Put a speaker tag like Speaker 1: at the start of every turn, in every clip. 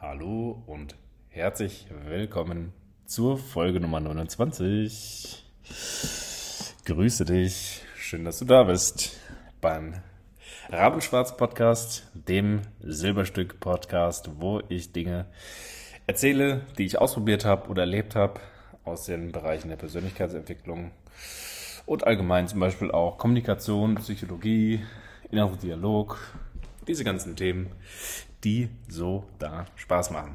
Speaker 1: Hallo und herzlich willkommen zur Folge Nummer 29. Grüße dich, schön, dass du da bist beim Rabenschwarz Podcast, dem Silberstück Podcast, wo ich Dinge erzähle, die ich ausprobiert habe oder erlebt habe aus den Bereichen der Persönlichkeitsentwicklung und allgemein zum Beispiel auch Kommunikation, Psychologie, innerer Dialog, diese ganzen Themen, die so da Spaß machen.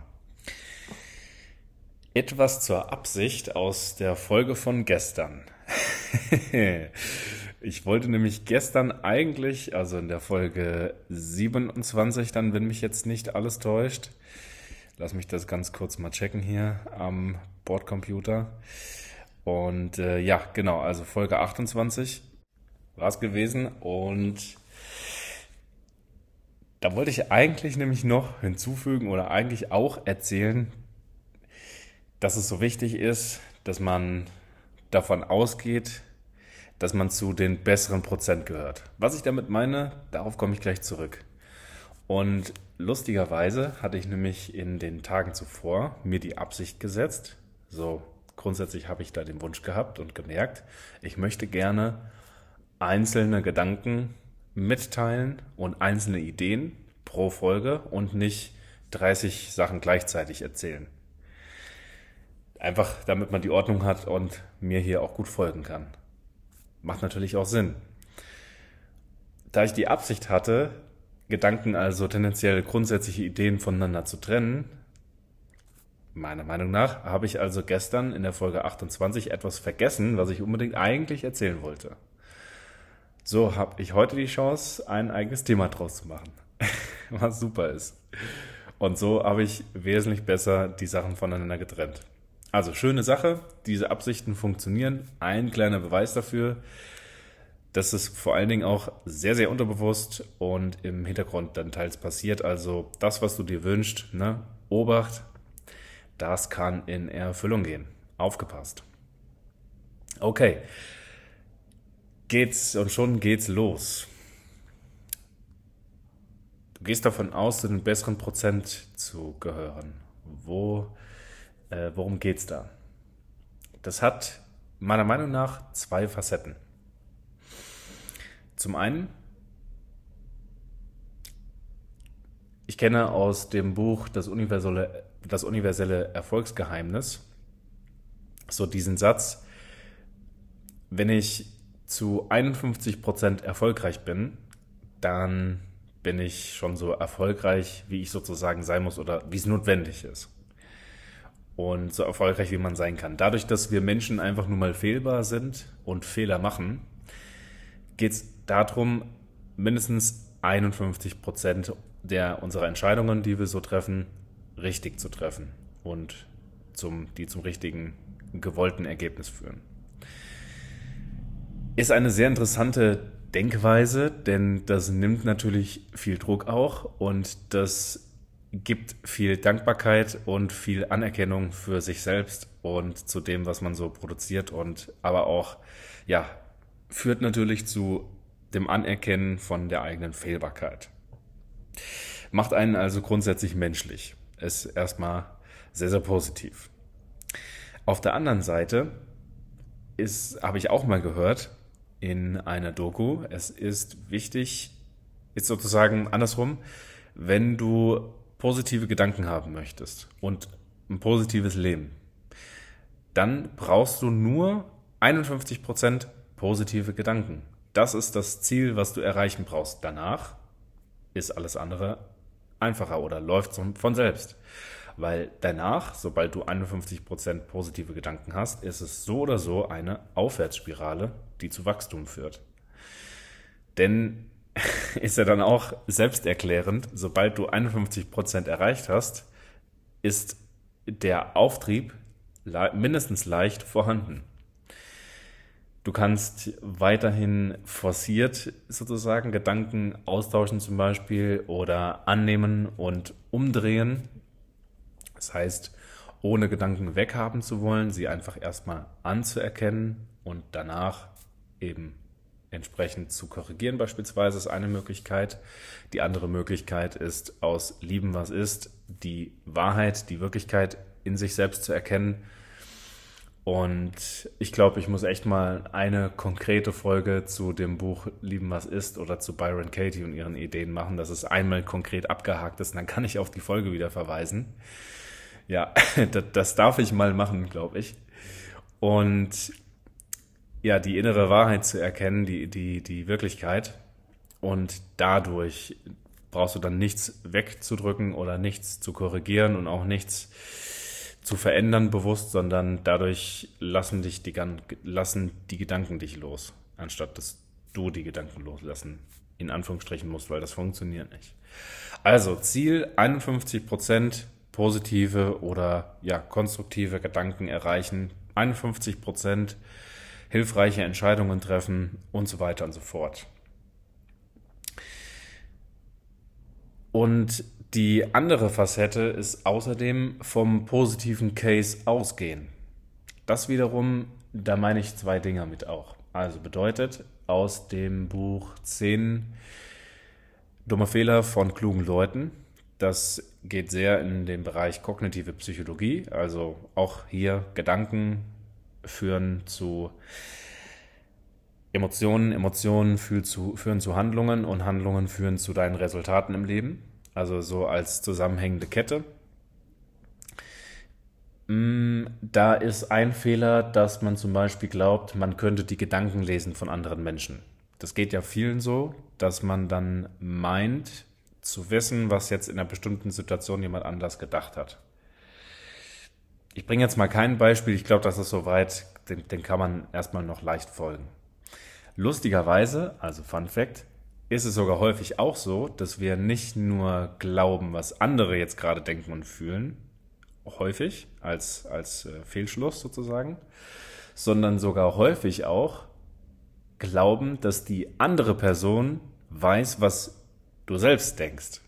Speaker 1: Etwas zur Absicht aus der Folge von gestern. Ich wollte nämlich gestern eigentlich, also in der Folge 27, dann, wenn mich jetzt nicht alles täuscht, lass mich das ganz kurz mal checken hier am Bordcomputer. Und ja, genau, also Folge 28 war es gewesen und da wollte ich eigentlich nämlich noch hinzufügen oder eigentlich auch erzählen, dass es so wichtig ist, dass man davon ausgeht, dass man zu den besseren Prozent gehört. Was ich damit meine, darauf komme ich gleich zurück. Und lustigerweise hatte ich nämlich in den Tagen zuvor mir die Absicht gesetzt, so grundsätzlich habe ich da den Wunsch gehabt und gemerkt, ich möchte gerne einzelne Gedanken mitteilen und einzelne Ideen pro Folge und nicht 30 Sachen gleichzeitig erzählen. Einfach damit man die Ordnung hat und mir hier auch gut folgen kann. Macht natürlich auch Sinn. Da ich die Absicht hatte, Gedanken, also tendenziell grundsätzliche Ideen voneinander zu trennen, meiner Meinung nach, habe ich also gestern in der Folge 28 etwas vergessen, was ich unbedingt eigentlich erzählen wollte. So habe ich heute die Chance, ein eigenes Thema draus zu machen, was super ist. Und so habe ich wesentlich besser die Sachen voneinander getrennt. Also schöne Sache, diese Absichten funktionieren. Ein kleiner Beweis dafür, dass es vor allen Dingen auch sehr, sehr unterbewusst und im Hintergrund dann teils passiert. Also das, was du dir wünschst, ne? Obacht, das kann in Erfüllung gehen. Aufgepasst. Okay. Schon geht's los. Du gehst davon aus, zu den besseren Prozent zu gehören. Worum geht's da? Das hat meiner Meinung nach zwei Facetten. Zum einen, ich kenne aus dem Buch das universelle Erfolgsgeheimnis so diesen Satz, wenn ich zu 51% erfolgreich bin, dann bin ich schon so erfolgreich, wie ich sozusagen sein muss oder wie es notwendig ist. Und so erfolgreich, wie man sein kann. Dadurch, dass wir Menschen einfach nur mal fehlbar sind und Fehler machen, geht es darum, mindestens 51% unserer Entscheidungen, die wir so treffen, richtig zu treffen und die zum richtigen, gewollten Ergebnis führen. Ist eine sehr interessante Denkweise, denn das nimmt natürlich viel Druck auch und das gibt viel Dankbarkeit und viel Anerkennung für sich selbst und zu dem, was man so produziert und aber auch, ja, führt natürlich zu dem Anerkennen von der eigenen Fehlbarkeit. Macht einen also grundsätzlich menschlich. Ist erstmal sehr, sehr positiv. Auf der anderen Seite habe ich auch mal gehört, in einer Doku, es ist wichtig, ist sozusagen andersrum, wenn du positive Gedanken haben möchtest und ein positives Leben, dann brauchst du nur 51% positive Gedanken. Das ist das Ziel, was du erreichen brauchst. Danach ist alles andere einfacher oder läuft von selbst. Weil danach, sobald du 51% positive Gedanken hast, ist es so oder so eine Aufwärtsspirale, die zu Wachstum führt. Denn ist ja dann auch selbsterklärend, sobald du 51% erreicht hast, ist der Auftrieb mindestens leicht vorhanden. Du kannst weiterhin forciert sozusagen Gedanken austauschen zum Beispiel oder annehmen und umdrehen. Das heißt, ohne Gedanken weghaben zu wollen, sie einfach erstmal anzuerkennen und danach eben entsprechend zu korrigieren beispielsweise ist eine Möglichkeit. Die andere Möglichkeit ist, aus Lieben, was ist, die Wahrheit, die Wirklichkeit in sich selbst zu erkennen. Und ich glaube, ich muss echt mal eine konkrete Folge zu dem Buch Lieben, was ist oder zu Byron Katie und ihren Ideen machen, dass es einmal konkret abgehakt ist und dann kann ich auf die Folge wieder verweisen. Ja, das darf ich mal machen, glaube ich. Und ja, die innere Wahrheit zu erkennen, die Wirklichkeit. Und dadurch brauchst du dann nichts wegzudrücken oder nichts zu korrigieren und auch nichts zu verändern bewusst, sondern dadurch lassen die Gedanken dich los, anstatt dass du die Gedanken loslassen, in Anführungsstrichen musst, weil das funktioniert nicht. Also Ziel 51% positive oder ja, konstruktive Gedanken erreichen, 51% hilfreiche Entscheidungen treffen und so weiter und so fort. Und die andere Facette ist außerdem vom positiven Case ausgehen. Das wiederum, da meine ich zwei Dinge mit auch. Also bedeutet aus dem Buch 10 dumme Fehler von klugen Leuten. Das geht sehr in den Bereich kognitive Psychologie, also auch hier Gedanken führen zu Emotionen, Emotionen führen zu Handlungen und Handlungen führen zu deinen Resultaten im Leben. Also so als zusammenhängende Kette. Da ist ein Fehler, dass man zum Beispiel glaubt, man könnte die Gedanken lesen von anderen Menschen. Das geht ja vielen so, dass man dann meint, zu wissen, was jetzt in einer bestimmten Situation jemand anders gedacht hat. Ich bringe jetzt mal kein Beispiel, ich glaube, das ist soweit, den kann man erstmal noch leicht folgen. Lustigerweise, also Fun Fact, ist es sogar häufig auch so, dass wir nicht nur glauben, was andere jetzt gerade denken und fühlen, häufig als Fehlschluss sozusagen, sondern sogar häufig auch glauben, dass die andere Person weiß, was du selbst denkst.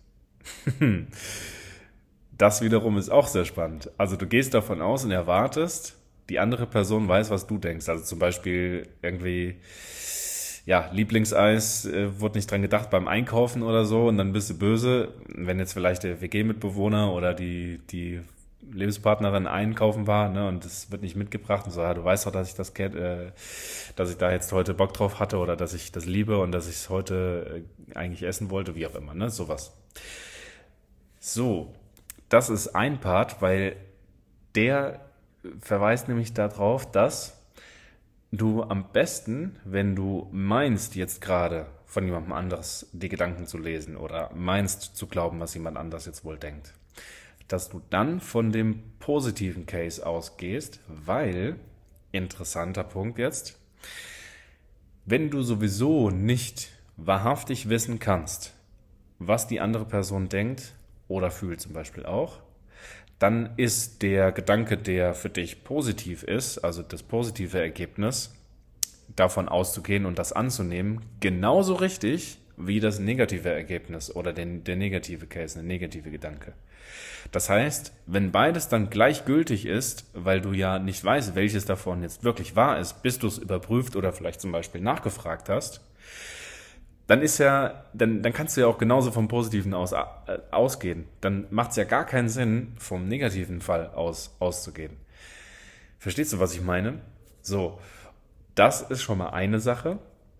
Speaker 1: Das wiederum ist auch sehr spannend. Also du gehst davon aus und erwartest, die andere Person weiß, was du denkst. Also zum Beispiel irgendwie, ja, Lieblingseis, wurde nicht dran gedacht beim Einkaufen oder so und dann bist du böse, wenn jetzt vielleicht der WG-Mitbewohner oder die Lebenspartnerin einkaufen war, ne, und es wird nicht mitgebracht und so, ja, du weißt doch, dass ich da jetzt heute Bock drauf hatte oder dass ich das liebe und dass ich es heute eigentlich essen wollte, wie auch immer, ne, sowas. So, das ist ein Part, weil der verweist nämlich darauf, dass du am besten, wenn du meinst, jetzt gerade von jemandem anderes die Gedanken zu lesen oder meinst zu glauben, was jemand anders jetzt wohl denkt, dass du dann von dem positiven Case ausgehst, weil, interessanter Punkt jetzt, wenn du sowieso nicht wahrhaftig wissen kannst, was die andere Person denkt oder fühlt zum Beispiel auch, dann ist der Gedanke, der für dich positiv ist, also das positive Ergebnis, davon auszugehen und das anzunehmen, genauso richtig wie das negative Ergebnis oder der negative Case, der negative Gedanke. Das heißt, wenn beides dann gleichgültig ist, weil du ja nicht weißt, welches davon jetzt wirklich wahr ist, bis du es überprüft oder vielleicht zum Beispiel nachgefragt hast, dann dann kannst du ja auch genauso vom Positiven ausgehen. Dann macht es ja gar keinen Sinn, vom negativen Fall auszugehen. Verstehst du, was ich meine? So, das ist schon mal eine Sache.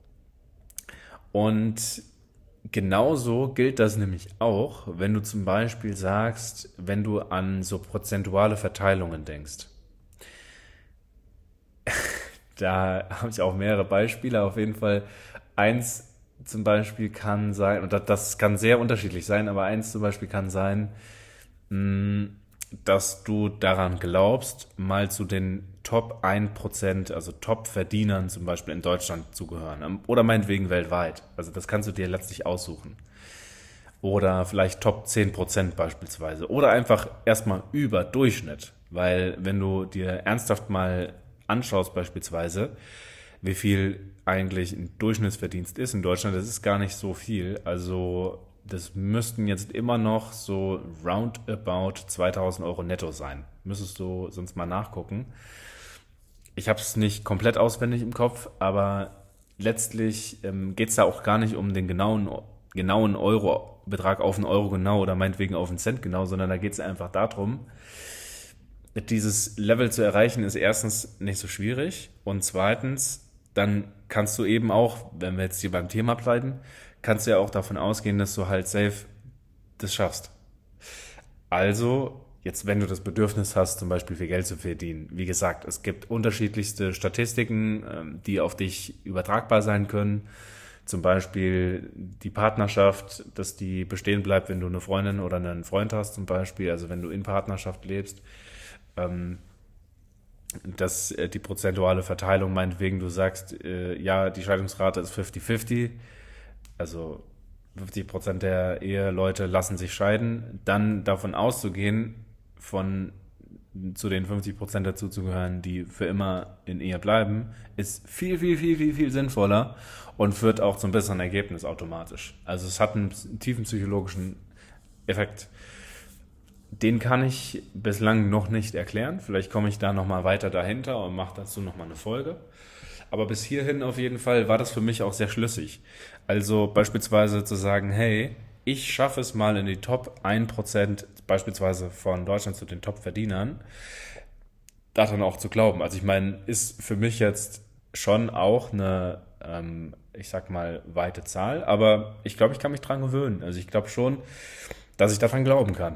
Speaker 1: Und genauso gilt das nämlich auch, wenn du zum Beispiel sagst, wenn du an so prozentuale Verteilungen denkst. Da habe ich auch mehrere Beispiele. Auf jeden Fall eins zum Beispiel kann sein, und das kann sehr unterschiedlich sein, aber eins zum Beispiel kann sein, dass du daran glaubst, mal zu den Top 1%, also Top-Verdienern zum Beispiel in Deutschland zu gehören. Oder meinetwegen weltweit. Also das kannst du dir letztlich aussuchen. Oder vielleicht Top 10% beispielsweise. Oder einfach erstmal über Durchschnitt. Weil wenn du dir ernsthaft mal anschaust beispielsweise, wie viel eigentlich ein Durchschnittsverdienst ist in Deutschland, das ist gar nicht so viel. Also das müssten jetzt immer noch so roundabout 2.000 Euro netto sein. Müsstest du sonst mal nachgucken. Ich habe es nicht komplett auswendig im Kopf, aber letztlich geht es da auch gar nicht um den genauen Euro-Betrag auf einen Euro genau oder meinetwegen auf einen Cent genau, sondern da geht es einfach darum, dieses Level zu erreichen, ist erstens nicht so schwierig und zweitens, dann kannst du eben auch, wenn wir jetzt hier beim Thema bleiben, kannst du ja auch davon ausgehen, dass du halt safe das schaffst. Also, jetzt, wenn du das Bedürfnis hast, zum Beispiel viel Geld zu verdienen, wie gesagt, es gibt unterschiedlichste Statistiken, die auf dich übertragbar sein können. Zum Beispiel die Partnerschaft, dass die bestehen bleibt, wenn du eine Freundin oder einen Freund hast, zum Beispiel, also wenn du in Partnerschaft lebst, dass die prozentuale Verteilung, meinetwegen, du sagst, ja, die Scheidungsrate ist 50-50, also 50% der Eheleute lassen sich scheiden, dann davon auszugehen, von zu den 50% dazuzugehören, die für immer in Ehe bleiben, ist viel, viel, viel, viel, viel sinnvoller und führt auch zum besseren Ergebnis automatisch. Also es hat einen tiefen psychologischen Effekt. Den kann ich bislang noch nicht erklären. Vielleicht komme ich da nochmal weiter dahinter und mache dazu nochmal eine Folge. Aber bis hierhin auf jeden Fall war das für mich auch sehr schlüssig. Also beispielsweise zu sagen, hey, ich schaffe es mal in die Top 1% beispielsweise von Deutschland zu den Top-Verdienern, daran auch zu glauben. Also ich meine, ist für mich jetzt schon auch eine, ich sag mal, weite Zahl, aber ich glaube, ich kann mich dran gewöhnen. Also ich glaube schon, dass ich daran glauben kann.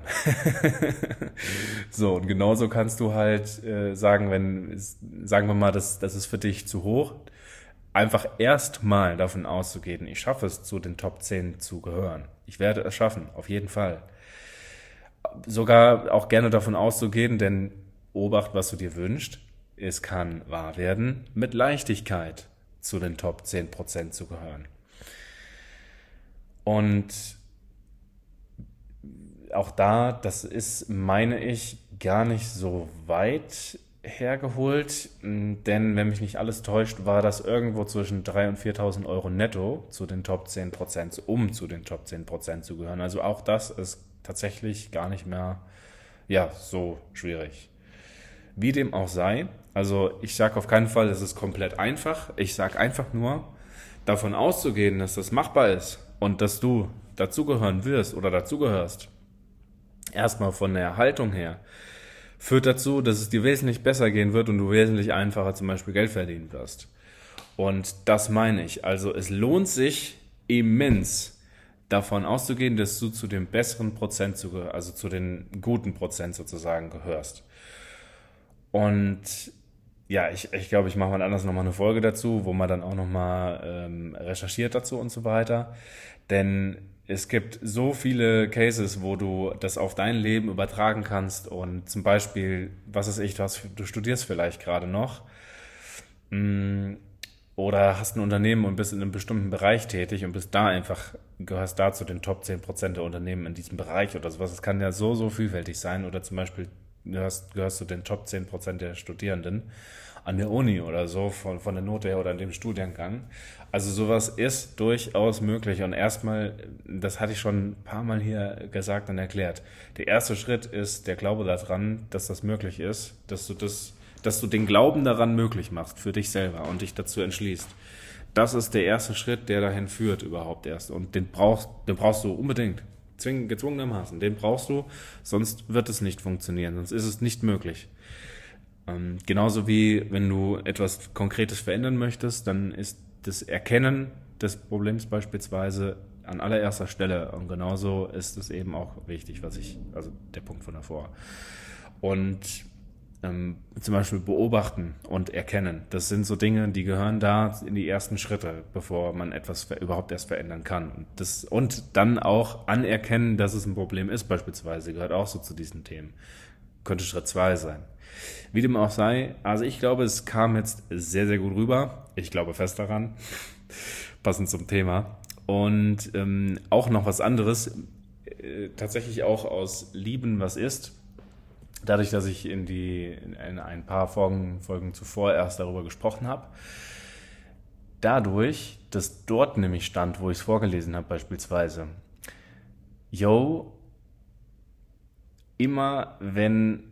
Speaker 1: So, und genauso kannst du halt sagen, sagen wir mal, das ist für dich zu hoch, einfach erstmal davon auszugehen, ich schaffe es, zu den Top 10 zu gehören. Ich werde es schaffen, auf jeden Fall. Sogar auch gerne davon auszugehen, denn Obacht, was du dir wünschst, es kann wahr werden, mit Leichtigkeit zu den Top 10% zu gehören. Und auch da, das ist, meine ich, gar nicht so weit hergeholt, denn wenn mich nicht alles täuscht, war das irgendwo zwischen 3.000 und 4.000 Euro netto zu den Top 10%, um zu den Top 10% zu gehören. Also auch das ist tatsächlich gar nicht mehr, ja, so schwierig. Wie dem auch sei, also ich sage auf keinen Fall, es ist komplett einfach. Ich sage einfach nur, davon auszugehen, dass das machbar ist und dass du dazugehören wirst oder dazugehörst, erstmal von der Haltung her, führt dazu, dass es dir wesentlich besser gehen wird und du wesentlich einfacher zum Beispiel Geld verdienen wirst. Und das meine ich. Also es lohnt sich immens, davon auszugehen, dass du zu dem besseren Prozent, also zu den guten Prozent sozusagen gehörst. Und ja, ich glaube, ich mache mal anders nochmal eine Folge dazu, wo man dann auch nochmal recherchiert dazu und so weiter. Denn es gibt so viele Cases, wo du das auf dein Leben übertragen kannst und zum Beispiel, was weiß ich, du studierst vielleicht gerade noch oder hast ein Unternehmen und bist in einem bestimmten Bereich tätig und bist da einfach, gehörst da zu den Top 10% der Unternehmen in diesem Bereich oder sowas. Es kann ja so, so vielfältig sein oder zum Beispiel gehörst zu den Top 10% der Studierenden an der Uni oder so, von der Note her oder in dem Studiengang. Also sowas ist durchaus möglich und erstmal, das hatte ich schon ein paar Mal hier gesagt und erklärt, der erste Schritt ist der Glaube daran, dass das möglich ist, dass du den Glauben daran möglich machst für dich selber und dich dazu entschließt. Das ist der erste Schritt, der dahin führt überhaupt erst und den brauchst du unbedingt. Gezwungenermaßen. Den brauchst du, sonst wird es nicht funktionieren, sonst ist es nicht möglich. Genauso wie wenn du etwas Konkretes verändern möchtest, dann ist das Erkennen des Problems beispielsweise an allererster Stelle und genauso ist es eben auch wichtig, also der Punkt von davor. Und zum Beispiel beobachten und erkennen, das sind so Dinge, die gehören da in die ersten Schritte, bevor man etwas überhaupt erst verändern kann. Und dann auch anerkennen, dass es ein Problem ist beispielsweise, gehört auch so zu diesen Themen. Könnte Schritt 2 sein. Wie dem auch sei, also ich glaube, es kam jetzt sehr, sehr gut rüber. Ich glaube fest daran, passend zum Thema. Und auch noch was anderes, tatsächlich auch aus Lieben, was ist. Dadurch, dass ich in ein paar Folgen zuvor erst darüber gesprochen habe. Dadurch, dass dort nämlich stand, wo ich es vorgelesen habe beispielsweise. Immer wenn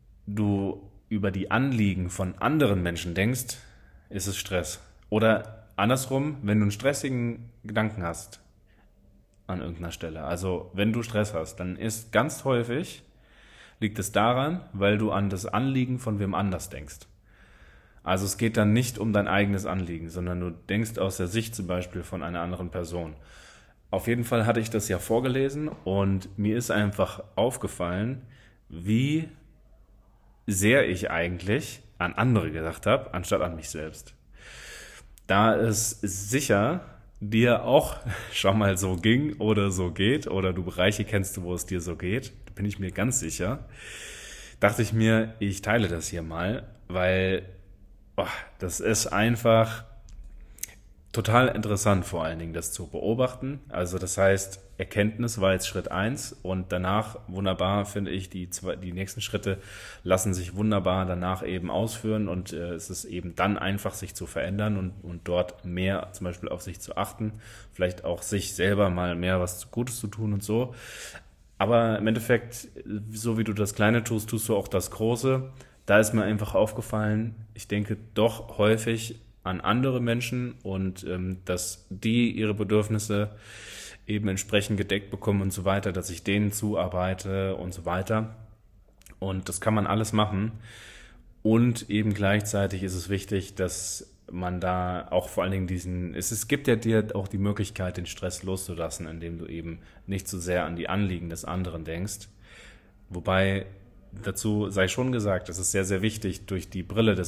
Speaker 1: du über die Anliegen von anderen Menschen denkst, ist es Stress. Oder Andersrum, wenn du einen stressigen Gedanken hast an irgendeiner Stelle, also wenn du Stress hast, dann ist ganz häufig, liegt es daran, weil du an das Anliegen von wem anders denkst. Also es geht dann nicht um dein eigenes Anliegen, sondern du denkst aus der Sicht zum Beispiel von einer anderen Person. Auf jeden Fall hatte ich das ja vorgelesen und mir ist einfach aufgefallen, wie sehr ich eigentlich an andere gedacht habe, anstatt an mich selbst. Da es sicher dir auch schon mal so ging oder so geht oder du Bereiche kennst, wo es dir so geht, bin ich mir ganz sicher, dachte ich mir, ich teile das hier mal, weil das ist einfach total interessant, vor allen Dingen das zu beobachten. Also das heißt, Erkenntnis war jetzt Schritt eins und danach wunderbar, finde ich, die nächsten Schritte lassen sich wunderbar danach eben ausführen und es ist eben dann einfach, sich zu verändern und dort mehr zum Beispiel auf sich zu achten, vielleicht auch sich selber mal mehr was Gutes zu tun und so. Aber im Endeffekt, so wie du das Kleine tust, tust du auch das Große. Da ist mir einfach aufgefallen, ich denke doch häufig an andere Menschen und dass die ihre Bedürfnisse eben entsprechend gedeckt bekommen und so weiter, dass ich denen zuarbeite und so weiter. Und das kann man alles machen. Und eben gleichzeitig ist es wichtig, dass man da auch vor allen Dingen es gibt ja dir auch die Möglichkeit, den Stress loszulassen, indem du eben nicht so sehr an die Anliegen des anderen denkst. Wobei dazu sei schon gesagt, es ist sehr, sehr wichtig, durch die Brille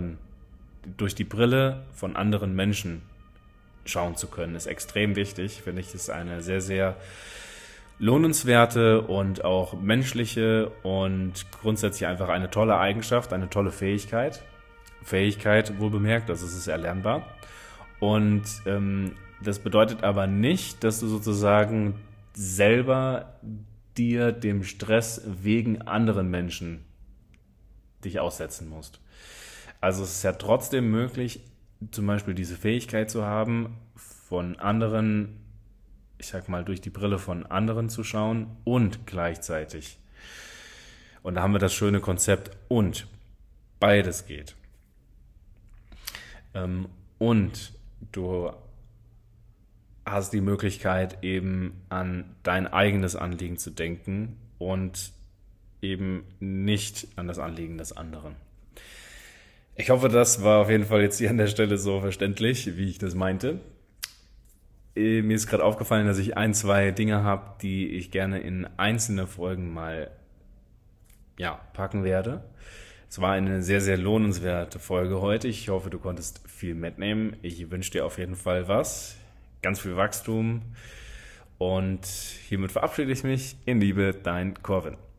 Speaker 1: von anderen Menschen schauen zu können, ist extrem wichtig, finde ich, ist eine sehr, sehr lohnenswerte und auch menschliche und grundsätzlich einfach eine tolle Eigenschaft, eine tolle Fähigkeit. Fähigkeit, wohl bemerkt, also es ist erlernbar. Und das bedeutet aber nicht, dass du sozusagen selber dir dem Stress wegen anderen Menschen dich aussetzen musst. Also es ist ja trotzdem möglich, zum Beispiel diese Fähigkeit zu haben, von anderen, ich sag mal, durch die Brille von anderen zu schauen und gleichzeitig. Und da haben wir das schöne Konzept und beides geht. Und du hast die Möglichkeit, eben an dein eigenes Anliegen zu denken und eben nicht an das Anliegen des anderen. Ich hoffe, das war auf jeden Fall jetzt hier an der Stelle so verständlich, wie ich das meinte. Mir ist gerade aufgefallen, dass ich 2 Dinge habe, die ich gerne in einzelne Folgen mal packen werde. Es war eine sehr, sehr lohnenswerte Folge heute. Ich hoffe, du konntest viel mitnehmen. Ich wünsche dir auf jeden Fall ganz viel Wachstum. Und hiermit verabschiede ich mich. In Liebe, dein Corvin.